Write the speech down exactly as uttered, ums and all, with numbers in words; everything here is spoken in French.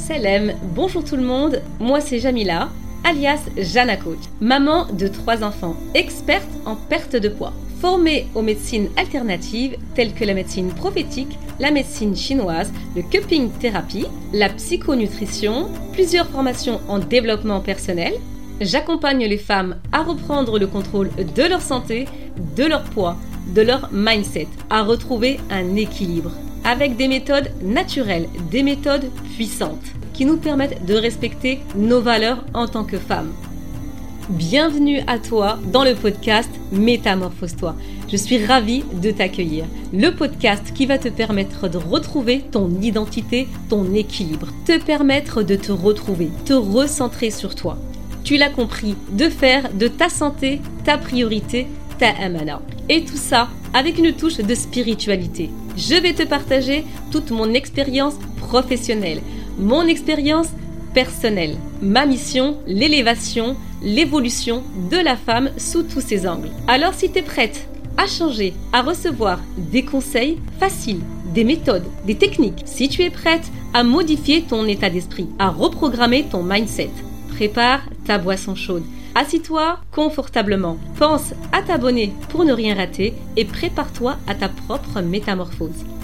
Salam, bonjour tout le monde, moi c'est Jamila, alias Jana Coach, maman de trois enfants, experte en perte de poids, formée aux médecines alternatives telles que la médecine prophétique, la médecine chinoise, le cupping thérapie, la psychonutrition, plusieurs formations en développement personnel. J'accompagne les femmes à reprendre le contrôle de leur santé, de leur poids, de leur mindset, à retrouver un équilibre avec des méthodes naturelles, des méthodes puissantes qui nous permettent de respecter nos valeurs en tant que femmes. Bienvenue à toi dans le podcast Métamorphose-toi. Je suis ravie de t'accueillir. Le podcast qui va te permettre de retrouver ton identité, ton équilibre, te permettre de te retrouver, te recentrer sur toi. Tu l'as compris, de faire de ta santé ta priorité, ta amana. Et tout ça avec une touche de spiritualité. Je vais te partager toute mon expérience professionnelle, mon expérience personnelle, ma mission, l'élévation, l'évolution de la femme sous tous ses angles. Alors si tu es prête à changer, à recevoir des conseils faciles, des méthodes, des techniques, si tu es prête à modifier ton état d'esprit, à reprogrammer ton mindset, prépare ta boisson chaude. Assis-toi confortablement, pense à t'abonner pour ne rien rater et prépare-toi à ta propre métamorphose.